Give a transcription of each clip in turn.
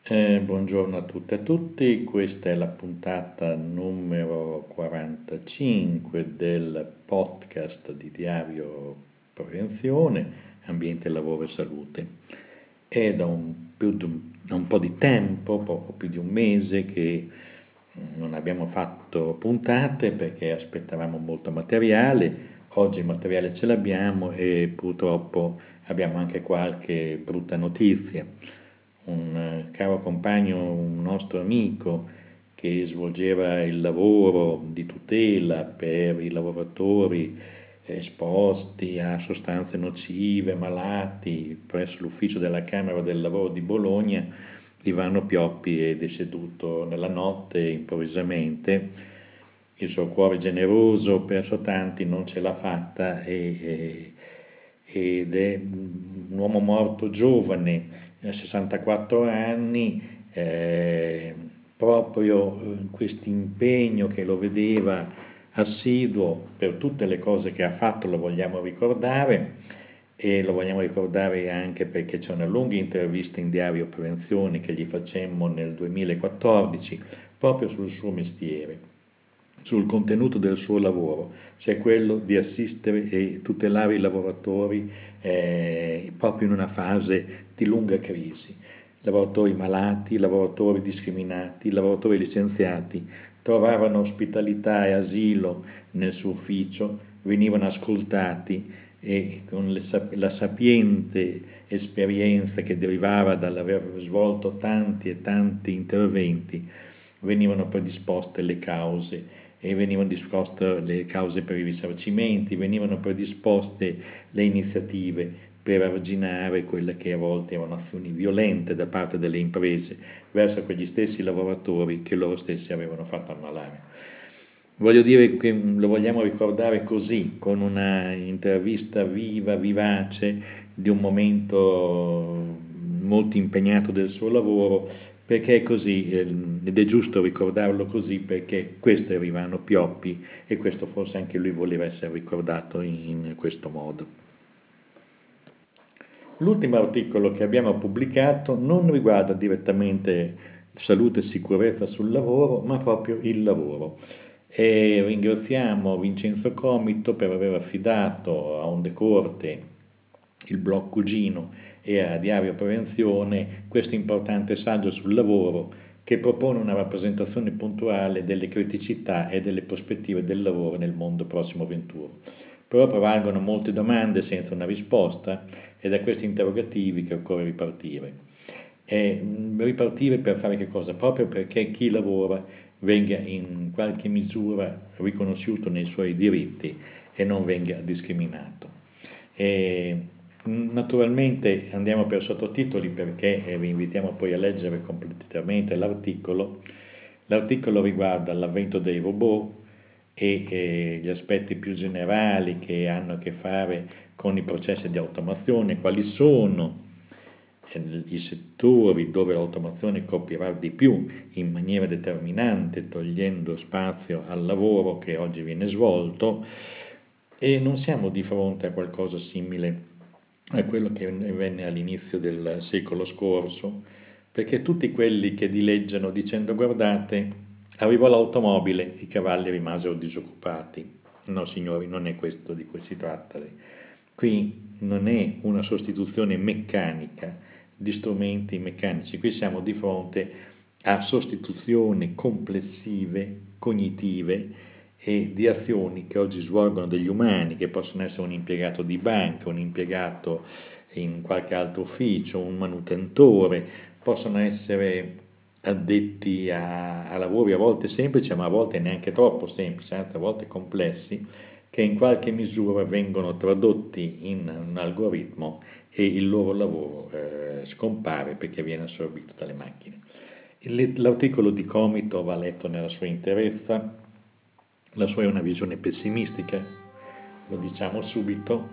Buongiorno a tutte e a tutti, questa è la puntata numero 45 del podcast di Diario Prevenzione, Ambiente, Lavoro e Salute. È da un po' di tempo, poco più di un mese, che non abbiamo fatto puntate perché aspettavamo molto materiale. Oggi il materiale ce l'abbiamo e purtroppo abbiamo anche qualche brutta notizia. Un caro compagno, un nostro amico che svolgeva il lavoro di tutela per i lavoratori esposti a sostanze nocive, malati, presso l'ufficio della Camera del Lavoro di Bologna, Ivano Pioppi è deceduto nella notte improvvisamente. Il suo cuore generoso, perso tanti, non ce l'ha fatta ed è un uomo morto giovane, 64 anni, proprio in questo impegno che lo vedeva assiduo per tutte le cose che ha fatto, lo vogliamo ricordare. E lo vogliamo ricordare anche perché c'è una lunga intervista in Diario Prevenzione che gli facemmo nel 2014 proprio sul suo mestiere, sul contenuto del suo lavoro, cioè quello di assistere e tutelare i lavoratori proprio in una fase di lunga crisi. Lavoratori malati, lavoratori discriminati, lavoratori licenziati trovavano ospitalità e asilo nel suo ufficio, venivano ascoltati e con la sapiente esperienza che derivava dall'aver svolto tanti e tanti interventi, venivano predisposte le cause e venivano disposte le cause per i risarcimenti, venivano predisposte le iniziative per arginare quelle che a volte erano azioni violente da parte delle imprese verso quegli stessi lavoratori che loro stessi avevano fatto ammalare. Voglio dire che lo vogliamo ricordare così, con una intervista viva, vivace, di un momento molto impegnato del suo lavoro, perché è così, ed è giusto ricordarlo così, perché questo è Ivano Pioppi e questo forse anche lui voleva essere ricordato in questo modo. L'ultimo articolo che abbiamo pubblicato non riguarda direttamente salute e sicurezza sul lavoro, ma proprio il lavoro. E ringraziamo Vincenzo Comito per aver affidato a Onde Corte, il blog Cugino e a Diario Prevenzione questo importante saggio sul lavoro che propone una rappresentazione puntuale delle criticità e delle prospettive del lavoro nel mondo prossimo venturo. Però prevalgono molte domande senza una risposta è da questi interrogativi che occorre ripartire. E ripartire per fare che cosa? Proprio perché chi lavora venga in qualche misura riconosciuto nei suoi diritti e non venga discriminato. E, naturalmente andiamo per sottotitoli perché vi invitiamo poi a leggere completamente l'articolo. L'articolo riguarda l'avvento dei robot e gli aspetti più generali che hanno a che fare con i processi di automazione, quali sono i settori dove l'automazione coprirà di più in maniera determinante, togliendo spazio al lavoro che oggi viene svolto, e non siamo di fronte a qualcosa simile a quello che venne all'inizio del secolo scorso, perché tutti quelli che dileggiano dicendo guardate, arrivò l'automobile, i cavalli rimasero disoccupati. No, signori, non è questo di cui si tratta. Qui non è una sostituzione meccanica di strumenti meccanici, qui siamo di fronte a sostituzioni complessive, cognitive e di azioni che oggi svolgono degli umani, che possono essere un impiegato di banca, un impiegato in qualche altro ufficio, un manutentore, possono essere addetti a lavori a volte semplici, ma a volte neanche troppo semplici, anzi a volte complessi, che in qualche misura vengono tradotti in un algoritmo e il loro lavoro scompare perché viene assorbito dalle macchine. L'articolo di Comito va letto nella sua interezza, la sua è una visione pessimistica, lo diciamo subito.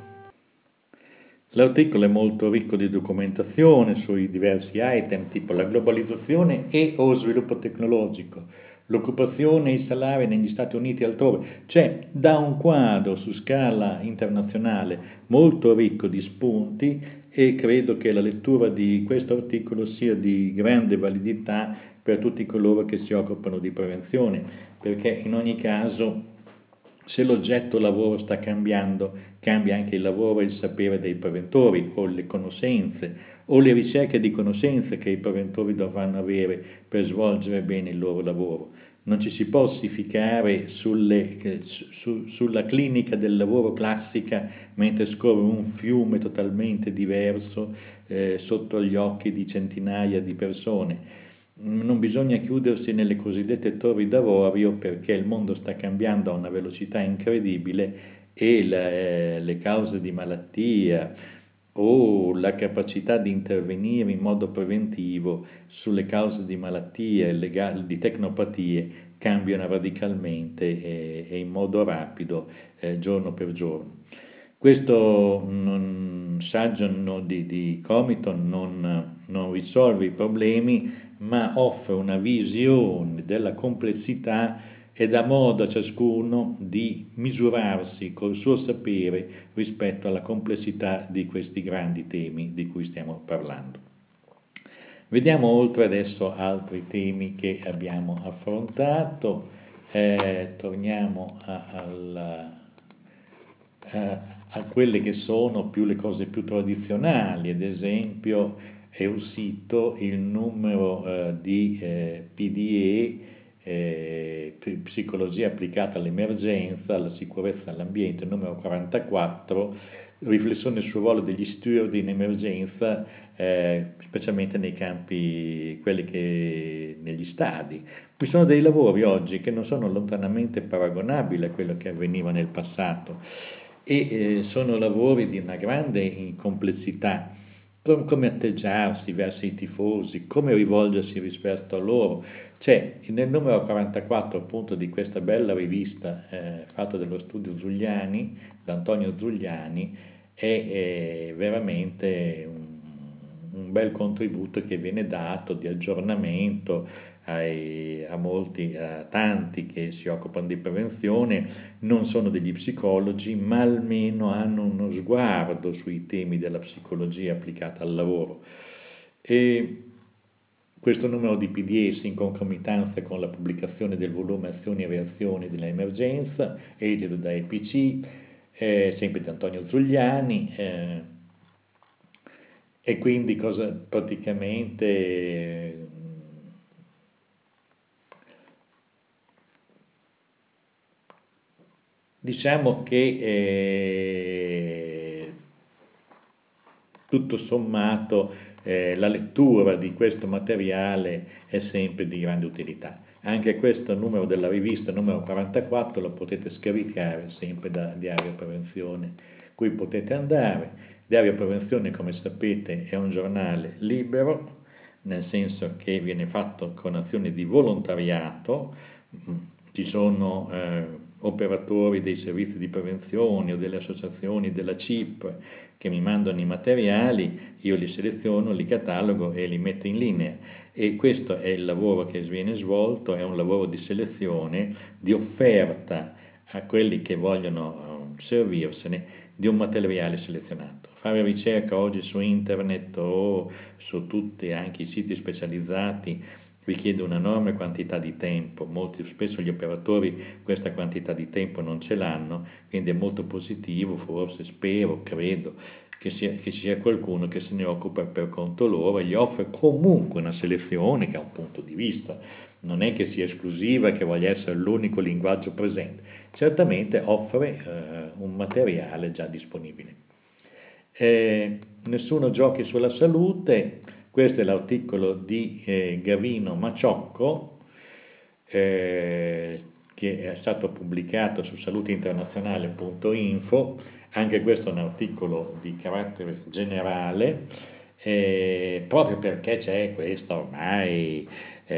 L'articolo è molto ricco di documentazione sui diversi item, tipo la globalizzazione e o sviluppo tecnologico, l'occupazione e i salari negli Stati Uniti e altrove, cioè dà un quadro su scala internazionale molto ricco di spunti e credo che la lettura di questo articolo sia di grande validità per tutti coloro che si occupano di prevenzione, perché in ogni caso se l'oggetto lavoro sta cambiando, cambia anche il lavoro e il sapere dei preventori o le conoscenze o le ricerche di conoscenze che i preventori dovranno avere per svolgere bene il loro lavoro. Non ci si può ossificare sulla clinica del lavoro classica mentre scorre un fiume totalmente diverso sotto gli occhi di centinaia di persone. Non bisogna chiudersi nelle cosiddette torri d'avorio perché il mondo sta cambiando a una velocità incredibile e le cause di malattia o la capacità di intervenire in modo preventivo sulle cause di malattie, di tecnopatie, cambiano radicalmente e in modo rapido giorno per giorno. Questo saggio di Comiton non risolve i problemi, ma offre una visione della complessità e dà modo a ciascuno di misurarsi col suo sapere rispetto alla complessità di questi grandi temi di cui stiamo parlando. Vediamo oltre adesso altri temi che abbiamo affrontato. Torniamo a quelle che sono più le cose più tradizionali, ad esempio è uscito il numero di PDE, Psicologia applicata all'emergenza, alla sicurezza all'ambiente, numero 44, riflessione sul ruolo degli steward in emergenza, specialmente nei campi, quelli che negli stadi. Ci sono dei lavori oggi che non sono lontanamente paragonabili a quello che avveniva nel passato e sono lavori di una grande complessità, come atteggiarsi verso i tifosi, come rivolgersi rispetto a loro. C'è nel numero 44 appunto di questa bella rivista fatta dallo studio Zugliani, da Antonio Zugliani, è veramente un bel contributo che viene dato di aggiornamento a tanti che si occupano di prevenzione, non sono degli psicologi, ma almeno hanno uno sguardo sui temi della psicologia applicata al lavoro. E questo numero di PDS in concomitanza con la pubblicazione del volume Azioni e reazioni dell'emergenza, edito da EPC, sempre di Antonio Zugliani, e quindi cosa praticamente diciamo che tutto sommato la lettura di questo materiale è sempre di grande utilità. Anche questo numero della rivista, numero 44, lo potete scaricare sempre da Diario Prevenzione, cui potete andare. Diario Prevenzione, come sapete, è un giornale libero, nel senso che viene fatto con azioni di volontariato, ci sono operatori dei servizi di prevenzione o delle associazioni della CIP che mi mandano i materiali, io li seleziono, li catalogo e li metto in linea. E questo è il lavoro che viene svolto, è un lavoro di selezione, di offerta a quelli che vogliono servirsene di un materiale selezionato. Fare ricerca oggi su internet o su tutti anche i siti specializzati richiede un'enorme quantità di tempo, molto spesso gli operatori questa quantità di tempo non ce l'hanno, quindi è molto positivo, forse spero, credo, che ci sia qualcuno che se ne occupa per conto loro e gli offre comunque una selezione che ha un punto di vista, non è che sia esclusiva, che voglia essere l'unico linguaggio presente, certamente offre un materiale già disponibile. Nessuno giochi sulla salute, questo è l'articolo di Gavino Maciocco, che è stato pubblicato su saluteinternazionale.info, anche questo è un articolo di carattere generale, proprio perché c'è questa ormai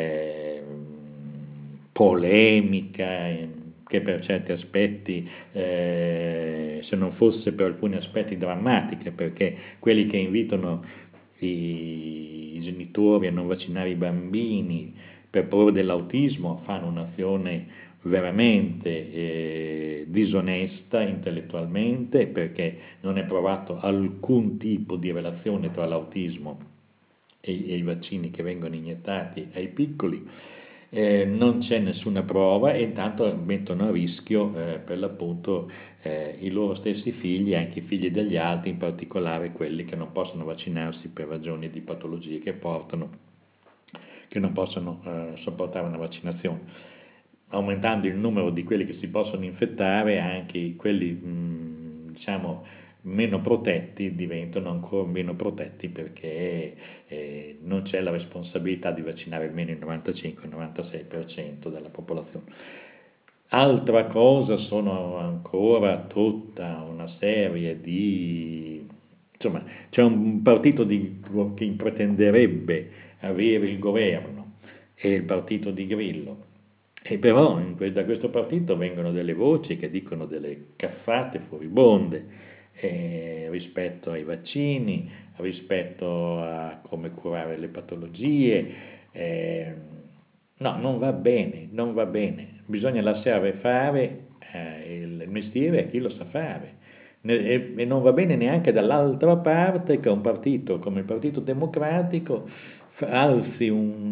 polemica che per certi aspetti, se non fosse per alcuni aspetti drammatica, perché quelli che invitano i genitori a non vaccinare i bambini per paura dell'autismo fanno un'azione veramente disonesta intellettualmente, perché non è provato alcun tipo di relazione tra l'autismo e i vaccini che vengono iniettati ai piccoli. Non c'è nessuna prova e intanto mettono a rischio per l'appunto i loro stessi figli e anche i figli degli altri, in particolare quelli che non possono vaccinarsi per ragioni di patologie che portano, che non possono sopportare una vaccinazione. Aumentando il numero di quelli che si possono infettare, anche quelli diciamo meno protetti diventano ancora meno protetti, perché non c'è la responsabilità di vaccinare almeno il 95-96% della popolazione. Altra cosa sono ancora tutta una serie di... Insomma, c'è un partito che pretenderebbe avere il governo, e il partito di Grillo, e però da questo partito vengono delle voci che dicono delle cazzate furibonde rispetto ai vaccini, rispetto a come curare le patologie. eh, no, non va bene, non va bene. Bisogna lasciare fare il mestiere a chi lo sa fare. E non va bene neanche dall'altra parte che un partito come il Partito Democratico alzi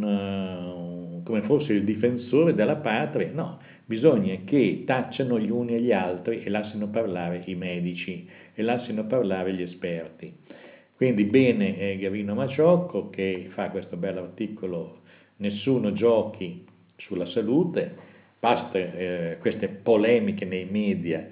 come fosse il difensore della patria. No, bisogna che tacciano gli uni e gli altri e lasciano parlare i medici e lasciano parlare gli esperti. Quindi bene Gavino Maciocco che fa questo bell'articolo "Nessuno giochi sulla salute", basta queste polemiche nei media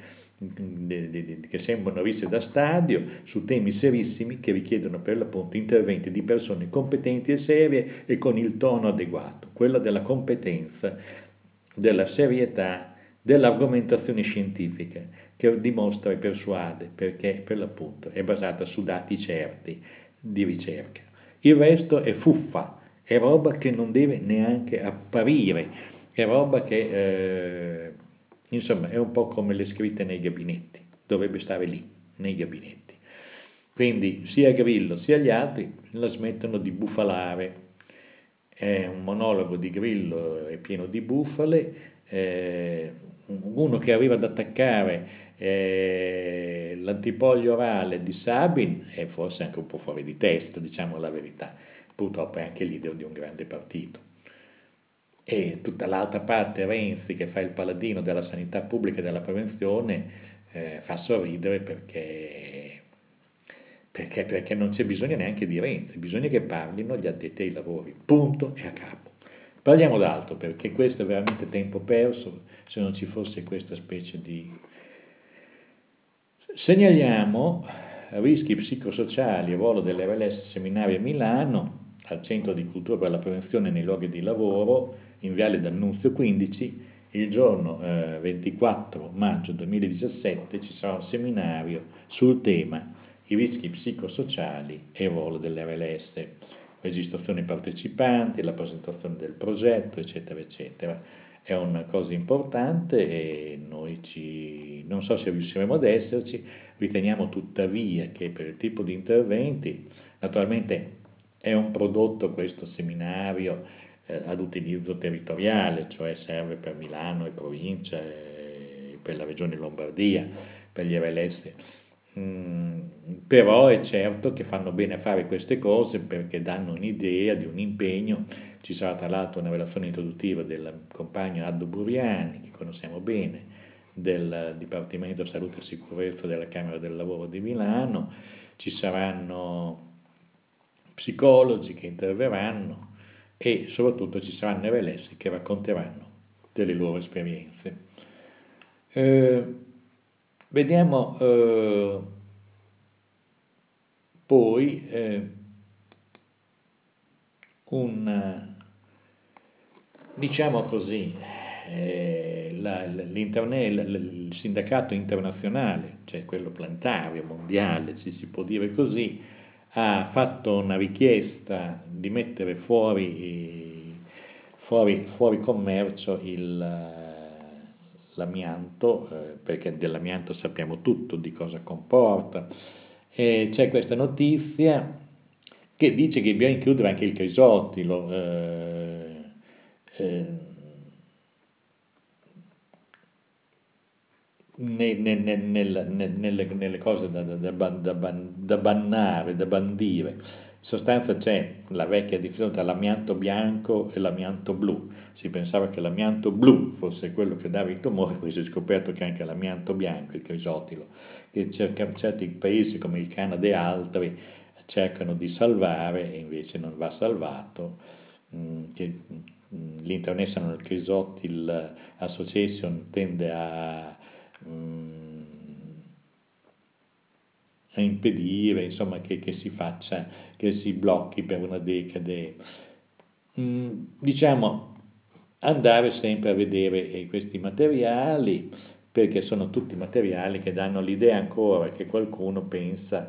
che sembrano viste da stadio su temi serissimi che richiedono per l'appunto interventi di persone competenti e serie e con il tono adeguato, quello della competenza, della serietà, dell'argomentazione scientifica che dimostra e persuade, perché per l'appunto è basata su dati certi di ricerca. Il resto è fuffa, è roba che non deve neanche apparire, è roba che insomma è un po' come le scritte nei gabinetti, dovrebbe stare lì, nei gabinetti. Quindi sia Grillo sia gli altri la smettono di bufalare. È un monologo di Grillo, è pieno di bufale, uno che arriva ad attaccare l'antipolio orale di Sabin è forse anche un po' fuori di testa, diciamo la verità. Purtroppo è anche leader di un grande partito. E tutta l'altra parte, Renzi, che fa il paladino della sanità pubblica e della prevenzione, fa sorridere perché non c'è bisogno neanche di Renzi, bisogna che parlino gli addetti ai lavori, punto e a capo. Parliamo d'altro, perché questo è veramente tempo perso se non ci fosse questa specie di... Segnaliamo rischi psicosociali e ruolo dell'RLS seminario a Milano, al Centro di Cultura per la Prevenzione nei luoghi di lavoro, in Viale D'Annunzio 15, il giorno 24 maggio 2017 ci sarà un seminario sul tema i rischi psicosociali e il ruolo dell'RLS, registrazione partecipanti, la presentazione del progetto, eccetera, eccetera. È una cosa importante e non so se riusciremo ad esserci, riteniamo tuttavia che per il tipo di interventi, naturalmente è un prodotto questo seminario ad utilizzo territoriale, cioè serve per Milano e provincia, per la regione Lombardia, per gli RLS. Però è certo che fanno bene a fare queste cose perché danno un'idea di un impegno. Ci sarà tra l'altro una relazione introduttiva del compagno Addo Buriani, che conosciamo bene, del Dipartimento Salute e Sicurezza della Camera del Lavoro di Milano, ci saranno psicologi che interverranno e soprattutto ci saranno RLS che racconteranno delle loro esperienze. Eh, Vediamo poi un, diciamo così, il sindacato internazionale, cioè quello planetario, mondiale, si può dire così, ha fatto una richiesta di mettere fuori commercio l'amianto, perché dell'amianto sappiamo tutto di cosa comporta. E c'è questa notizia che dice che bisogna includere anche il crisottilo. Eh, nelle cose da bannare, da bandire. In sostanza c'è la vecchia differenza tra l'amianto bianco e l'amianto blu. Si pensava che l'amianto blu fosse quello che dava i tumori, poi si è scoperto che anche l'amianto bianco, il crisotilo, che certi paesi come il Canada e altri cercano di salvare e invece non va salvato. L'International Crisotil Association tende mm, a impedire, insomma, che si faccia, che si blocchi per una decade. Diciamo, andare sempre a vedere questi materiali, perché sono tutti materiali che danno l'idea ancora che qualcuno pensa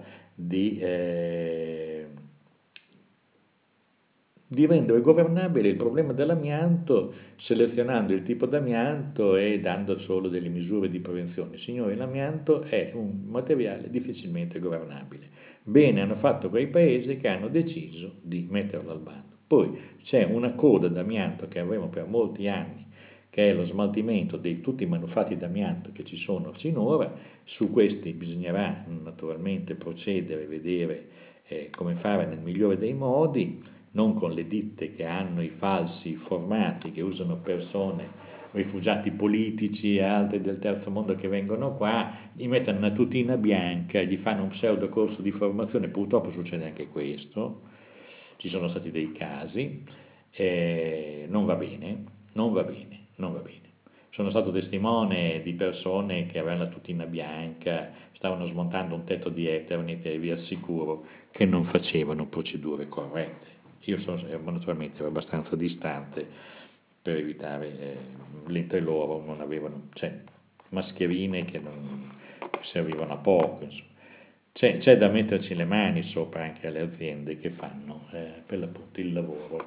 di rendere governabile il problema dell'amianto selezionando il tipo d'amianto e dando solo delle misure di prevenzione. Signori, l'amianto è un materiale difficilmente governabile. Bene hanno fatto quei paesi che hanno deciso di metterlo al bando. Poi c'è una coda d'amianto che avremo per molti anni, che è lo smaltimento di tutti i manufatti d'amianto che ci sono sinora. Su questi bisognerà naturalmente procedere e vedere come fare nel migliore dei modi, non con le ditte che hanno i falsi formati, che usano persone, rifugiati politici e altri del terzo mondo che vengono qua, gli mettono una tutina bianca, gli fanno un pseudo corso di formazione, purtroppo succede anche questo, ci sono stati dei casi, non va bene, non va bene, non va bene. Sono stato testimone di persone che avevano la tutina bianca, stavano smontando un tetto di Ethernet e vi assicuro che non facevano procedure corrette. Io naturalmente ero abbastanza distante per evitare, mentre loro non avevano, cioè, mascherine che non servivano a poco, insomma. C'è da metterci le mani sopra anche alle aziende che fanno per l'appunto il lavoro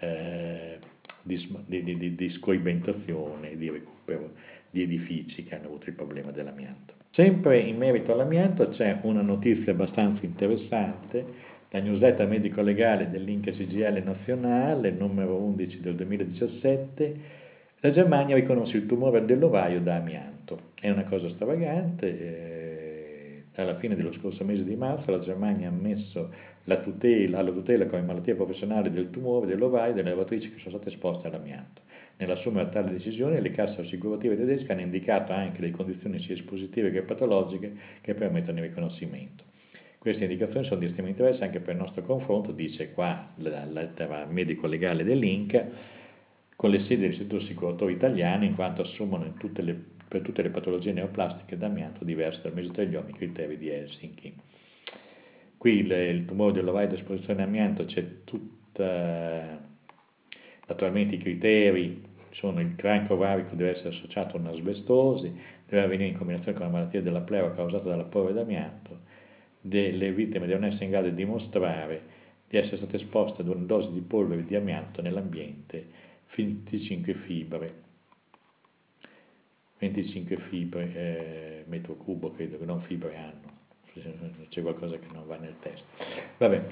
di scoibentazione e di recupero di edifici che hanno avuto il problema dell'amianto. Sempre in merito all'amianto c'è una notizia abbastanza interessante, la newsletter medico-legale dell'Inca CGIL nazionale, numero 11 del 2017, la Germania riconosce il tumore dell'ovaio da amianto. È una cosa stravagante. Alla fine dello scorso mese di marzo la Germania ha ammesso alla tutela come malattia professionale del tumore dell'ovaio delle lavoratrici che sono state esposte all'amianto. Nell'assumere tale decisione, le casse assicurative tedesche hanno indicato anche le condizioni sia espositive che patologiche che permettono il riconoscimento. Queste indicazioni sono di estremo interesse anche per il nostro confronto, dice qua la lettera medico-legale dell'Inca, con le sedi dell'Istituto Assicuratorio Italiano, in quanto assumono per tutte le patologie neoplastiche d'amianto diverse dal mesotelioma i criteri di Helsinki. Qui il tumore dell'ovaio da esposizione all'amianto c'è tutta, naturalmente i criteri sono: il cranio ovarico deve essere associato a un'asbestosi, deve avvenire in combinazione con la malattia della pleura causata dalla polvere d'amianto, le vittime devono essere in grado di dimostrare di essere state esposte ad una dose di polvere di amianto nell'ambiente 25 fibre, 25 fibre metro cubo, credo che non fibre anno, c'è qualcosa che non va nel testo. Vabbè,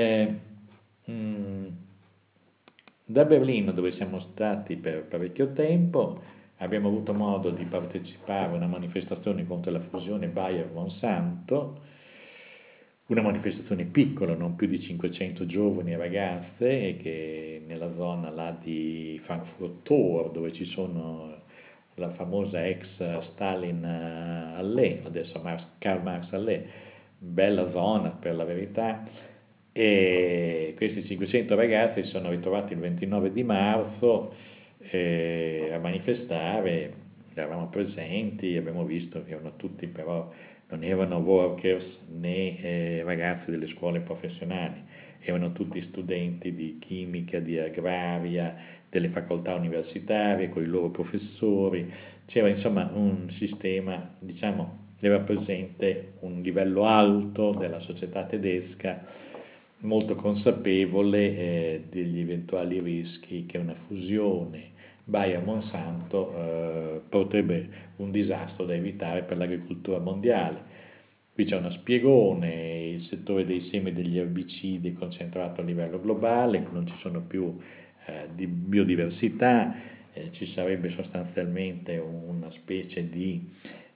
mm, da Berlino, dove siamo stati per parecchio tempo, abbiamo avuto modo di partecipare a una manifestazione contro la fusione Bayer-Monsanto, una manifestazione piccola, non più di 500 giovani e ragazze, e che nella zona là di Frankfurt-Tor, dove ci sono la famosa ex Stalin Allee, adesso Karl Marx Allee, bella zona per la verità, e questi 500 ragazzi si sono ritrovati il 29 di marzo a manifestare, eravamo presenti, abbiamo visto che erano tutti però, non erano workers né ragazzi delle scuole professionali, erano tutti studenti di chimica, di agraria, delle facoltà universitarie, con i loro professori, c'era insomma un sistema, diciamo, era presente un livello alto della società tedesca, molto consapevole degli eventuali rischi che una fusione Bayer-Monsanto porterebbe un disastro da evitare per l'agricoltura mondiale. Qui c'è una spiegone: il settore dei semi e degli erbicidi è concentrato a livello globale, non ci sono più di biodiversità, ci sarebbe sostanzialmente una specie di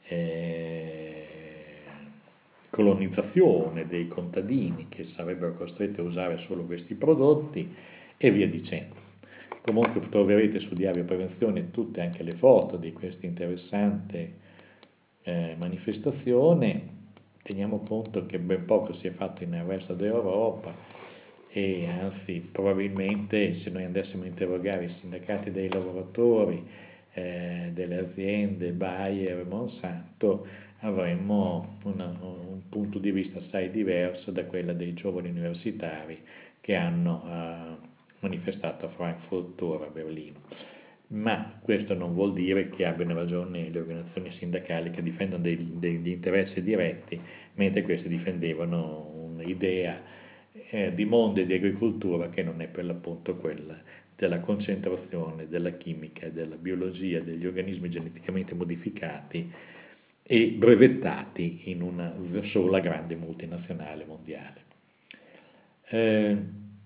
eh, colonizzazione dei contadini che sarebbero costretti a usare solo questi prodotti e via dicendo. Comunque troverete su Diario Prevenzione tutte anche le foto di questa interessante manifestazione. Teniamo conto che ben poco si è fatto nel resto d'Europa e anzi probabilmente se noi andassimo a interrogare i sindacati dei lavoratori delle aziende Bayer e Monsanto avremmo un punto di vista assai diverso da quello dei giovani universitari che hanno manifestato a Frankfurt o a Berlino. Ma questo non vuol dire che abbiano ragione le organizzazioni sindacali che difendono degli interessi diretti, mentre queste difendevano un'idea di mondo e di agricoltura che non è per l'appunto quella della concentrazione della chimica, della biologia, degli organismi geneticamente modificati e brevettati in una sola grande multinazionale mondiale. Eh,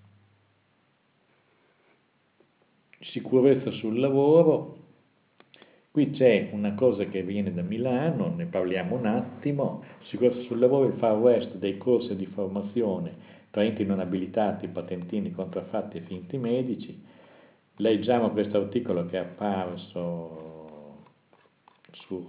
Sicurezza sul lavoro, qui c'è una cosa che viene da Milano, ne parliamo un attimo, sicurezza sul lavoro, il Far West dei corsi di formazione tra enti non abilitati, patentini, contraffatti e finti medici. Leggiamo questo articolo che è apparso su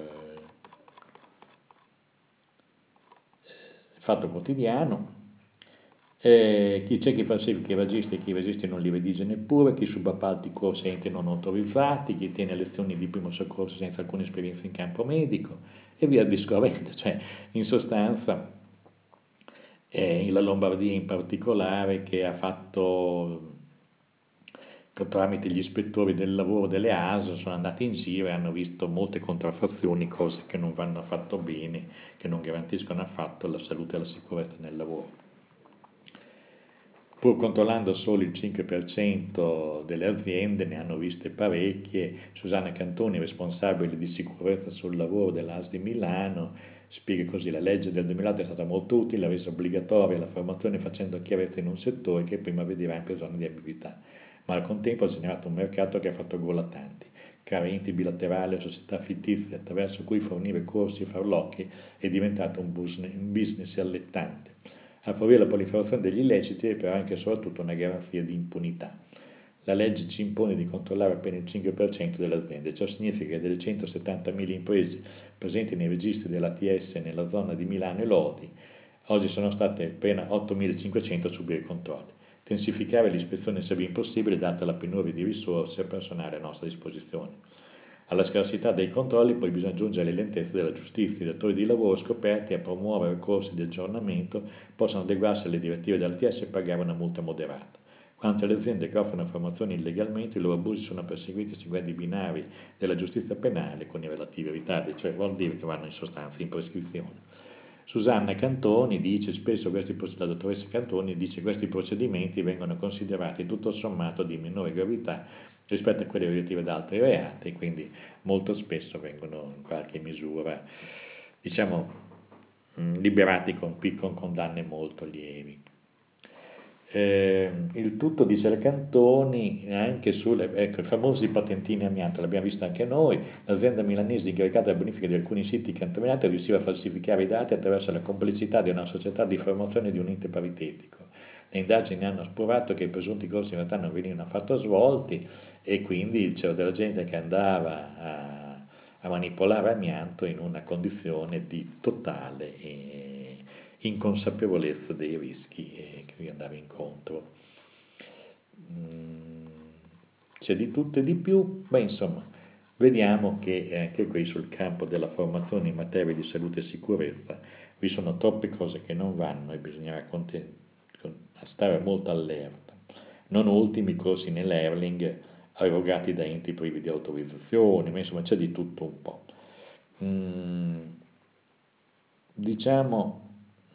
Fatto Quotidiano. Chi c'è chi falsifica i registri e chi i registri non li redige neppure, chi subappalti corsi a enti non autorizzati, chi tiene lezioni di primo soccorso senza alcuna esperienza in campo medico e via discorrendo. Cioè, in sostanza, la Lombardia in particolare che ha fatto tramite gli ispettori del lavoro delle ASL sono andati in giro e hanno visto molte contraffazioni, cose che non vanno affatto bene, che non garantiscono affatto la salute e la sicurezza nel lavoro. Pur controllando solo il 5% delle aziende, ne hanno viste parecchie. Susanna Cantoni, responsabile di sicurezza sul lavoro dell'AS di Milano, spiega così: la legge del 2008 è stata molto utile, ha reso obbligatoria la formazione facendo chiarezza in un settore che prima vedeva ampie zone di ambiguità, ma al contempo ha generato un mercato che ha fatto gola a tanti. Creare enti bilaterali o società fittizie attraverso cui fornire corsi e farlocchi è diventato un business allettante. A favorire la proliferazione degli illeciti è però anche e soprattutto una garanzia di impunità. La legge ci impone di controllare appena il 5% delle aziende, ciò significa che delle 170.000 imprese presenti nei registri dell'ATS nella zona di Milano e Lodi, oggi sono state appena 8.500 a subire i controlli. Intensificare l'ispezione sarebbe impossibile data la penuria di risorse e personale a nostra disposizione. Alla scarsità dei controlli poi bisogna aggiungere le lentezze della giustizia. I datori di lavoro scoperti a promuovere corsi di aggiornamento possono adeguarsi alle direttive dell'ATS e pagare una multa moderata. Quanto alle aziende che offrono informazioni illegalmente, i loro abusi sono perseguiti seguendo i binari della giustizia penale con i relativi ritardi, cioè vuol dire che vanno in sostanza in prescrizione. Susanna Cantoni dice spesso la dottoressa Cantoni dice che questi procedimenti vengono considerati tutto sommato di minore gravità rispetto a quelle relative ad altri reati, quindi molto spesso vengono in qualche misura, diciamo, liberati con condanne molto lievi. Il tutto, dice la Cantoni, anche sulle ecco, i famosi patentini amianto, l'abbiamo visto anche noi, l'azienda milanese incaricata della bonifica di alcuni siti contaminati riusciva a falsificare i dati attraverso la complicità di una società di formazione di un ente paritetico. Le indagini hanno spurato che i presunti corsi in realtà non venivano affatto svolti e quindi c'era della gente che andava a manipolare amianto in una condizione di totale inconsapevolezza dei rischi che vi andava incontro. C'è di tutto e di più, ma insomma, vediamo che anche qui sul campo della formazione in materia di salute e sicurezza vi sono troppe cose che non vanno e bisognerà stare molto allerta. Non ultimi i corsi nell'Erling erogati da enti privi di autorizzazione, ma insomma c'è di tutto un po'. Mm, diciamo,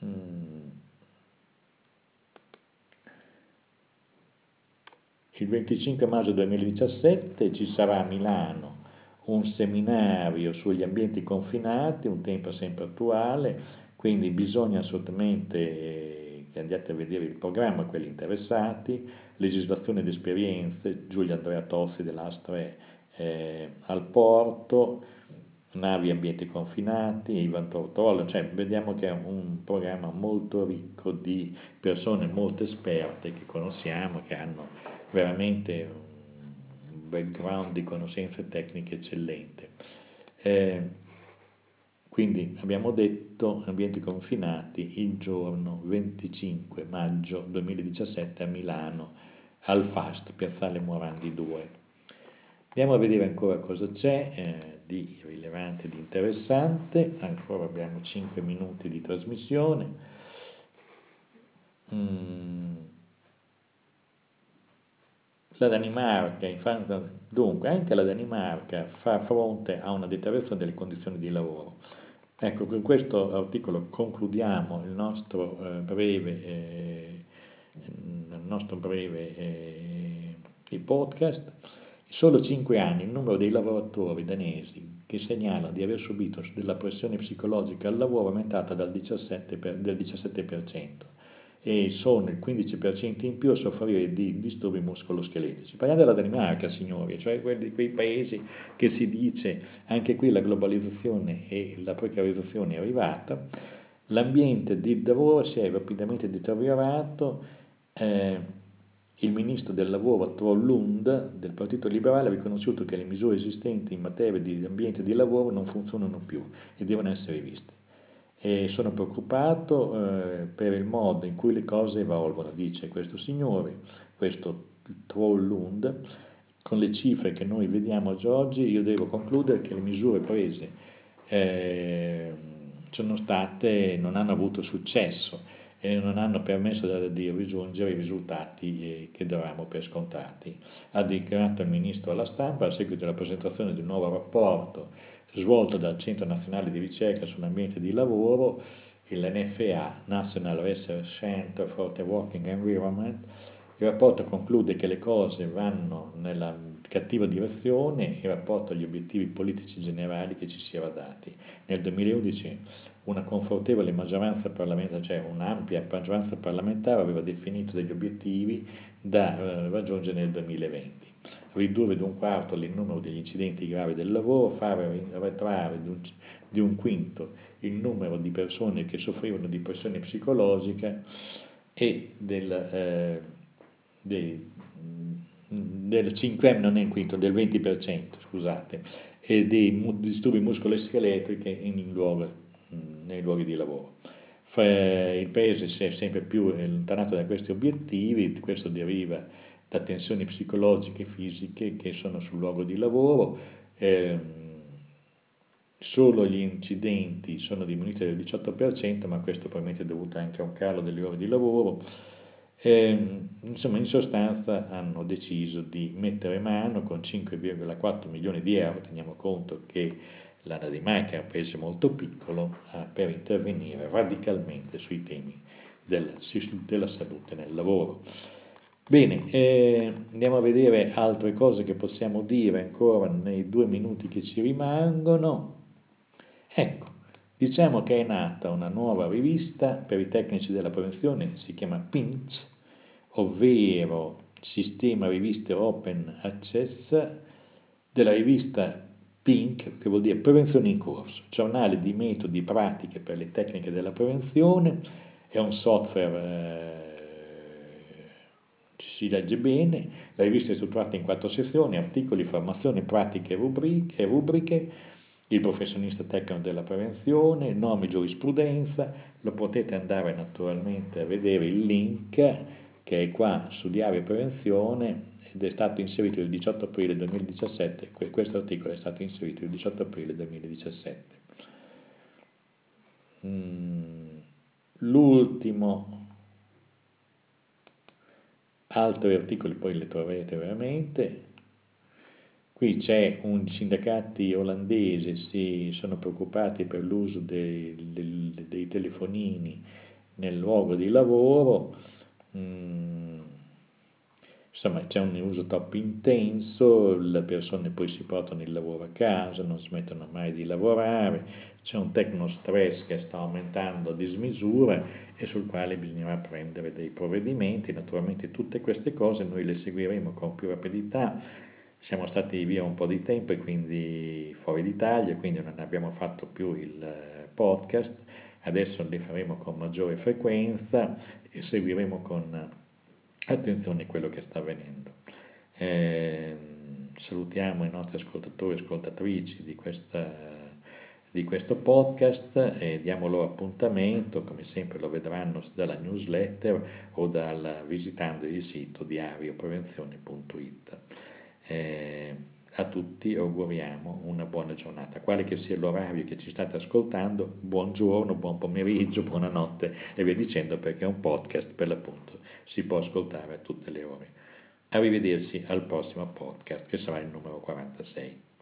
il 25 maggio 2017 ci sarà a Milano un seminario sugli ambienti confinati, un tema sempre attuale, quindi bisogna assolutamente che andiate a vedere il programma, quelli interessati, legislazione ed esperienze, Giulio Andrea Tossi dell'Astre al Porto, navi e ambienti confinati, Ivan Tortola, cioè vediamo che è un programma molto ricco di persone molto esperte che conosciamo, che hanno veramente un background di conoscenze tecniche eccellente. Eh, quindi abbiamo detto ambienti confinati il giorno 25 maggio 2017 a Milano, al FAST, Piazzale Morandi 2. Andiamo a vedere ancora cosa c'è di rilevante, di interessante. Ancora abbiamo 5 minuti di trasmissione. Mm, La Danimarca, dunque, anche la Danimarca fa fronte a una deteriorazione delle condizioni di lavoro. Ecco, con questo articolo concludiamo il podcast. In solo 5 anni il numero dei lavoratori danesi che segnala di aver subito della pressione psicologica al lavoro è aumentato del 17% e sono il 15% in più a soffrire di disturbi muscoloscheletici. Parliamo della Danimarca, signori, cioè quei paesi che si dice anche qui la globalizzazione e la precarizzazione è arrivata, l'ambiente di lavoro si è rapidamente deteriorato, il ministro del lavoro Troll Lund del Partito Liberale ha riconosciuto che le misure esistenti in materia di ambiente di lavoro non funzionano più e devono essere viste. E sono preoccupato per il modo in cui le cose evolvono, dice questo signore, questo Troll Lund. Con le cifre che noi vediamo già oggi, io devo concludere che le misure prese eh, non hanno avuto successo e non hanno permesso di raggiungere i risultati che davamo per scontati. Ha dichiarato il ministro alla stampa a seguito della presentazione di un nuovo rapporto svolto dal Centro Nazionale di Ricerca sull'Ambiente di Lavoro, il NFA, National Research Center for the Working Environment. Il rapporto conclude che le cose vanno nella cattiva direzione in rapporto agli obiettivi politici generali che ci si era dati. Nel 2011 una confortevole maggioranza parlamentare, cioè un'ampia maggioranza parlamentare, aveva definito degli obiettivi da raggiungere nel 2020. Ridurre di un quarto il numero degli incidenti gravi del lavoro, fare arretrare di un quinto il numero di persone che soffrivano di pressione psicologica e dei, del 5, non è un quinto, del 20%, scusate, e dei disturbi muscoloscheletrici nei luoghi di lavoro. Il paese si è sempre più allontanato da questi obiettivi, questo deriva da tensioni psicologiche e fisiche che sono sul luogo di lavoro. Solo gli incidenti sono diminuiti del 18%, ma questo probabilmente è dovuto anche a un calo delle ore di lavoro. Insomma, in sostanza hanno deciso di mettere mano con 5,4 milioni di euro, teniamo conto che la Danimarca è un paese molto piccolo, per intervenire radicalmente sui temi della salute nel lavoro. Bene, andiamo a vedere altre cose che possiamo dire ancora nei 2 minuti che ci rimangono. Ecco, diciamo che è nata una nuova rivista per i tecnici della prevenzione, si chiama PINC, ovvero Sistema Riviste Open Access, della rivista PINC, che vuol dire Prevenzione in Corso, giornale di metodi e pratiche per le tecniche della prevenzione, è un software, ci si legge bene, la rivista è strutturata in 4 sezioni: articoli, formazione, pratiche e rubriche, il professionista tecnico della prevenzione, norme e giurisprudenza. Lo potete andare naturalmente a vedere il link che è qua, studiare prevenzione, ed è stato inserito il 18 aprile 2017, questo articolo è stato inserito il 18 aprile 2017. L'ultimo, altri articoli poi li troverete veramente. Qui c'è un sindacati olandesi, si sono preoccupati per l'uso dei telefonini nel luogo di lavoro. Mm, insomma, c'è un uso troppo intenso, le persone poi si portano il lavoro a casa, non smettono mai di lavorare, c'è un tecnostress che sta aumentando a dismisura e sul quale bisognerà prendere dei provvedimenti. Naturalmente tutte queste cose noi le seguiremo con più rapidità siamo stati via un po' di tempo e quindi fuori d'Italia, quindi non abbiamo fatto più il podcast. Adesso li faremo con maggiore frequenza e seguiremo con attenzione quello che sta avvenendo. Salutiamo i nostri ascoltatori e ascoltatrici di questo podcast e diamo loro appuntamento, come sempre lo vedranno dalla newsletter o visitando il sito diarioprevenzione.it. A tutti auguriamo una buona giornata, quale che sia l'orario che ci state ascoltando, buongiorno, buon pomeriggio, buonanotte e via dicendo, perché è un podcast per l'appunto, si può ascoltare a tutte le ore. Arrivederci al prossimo podcast che sarà il numero 46.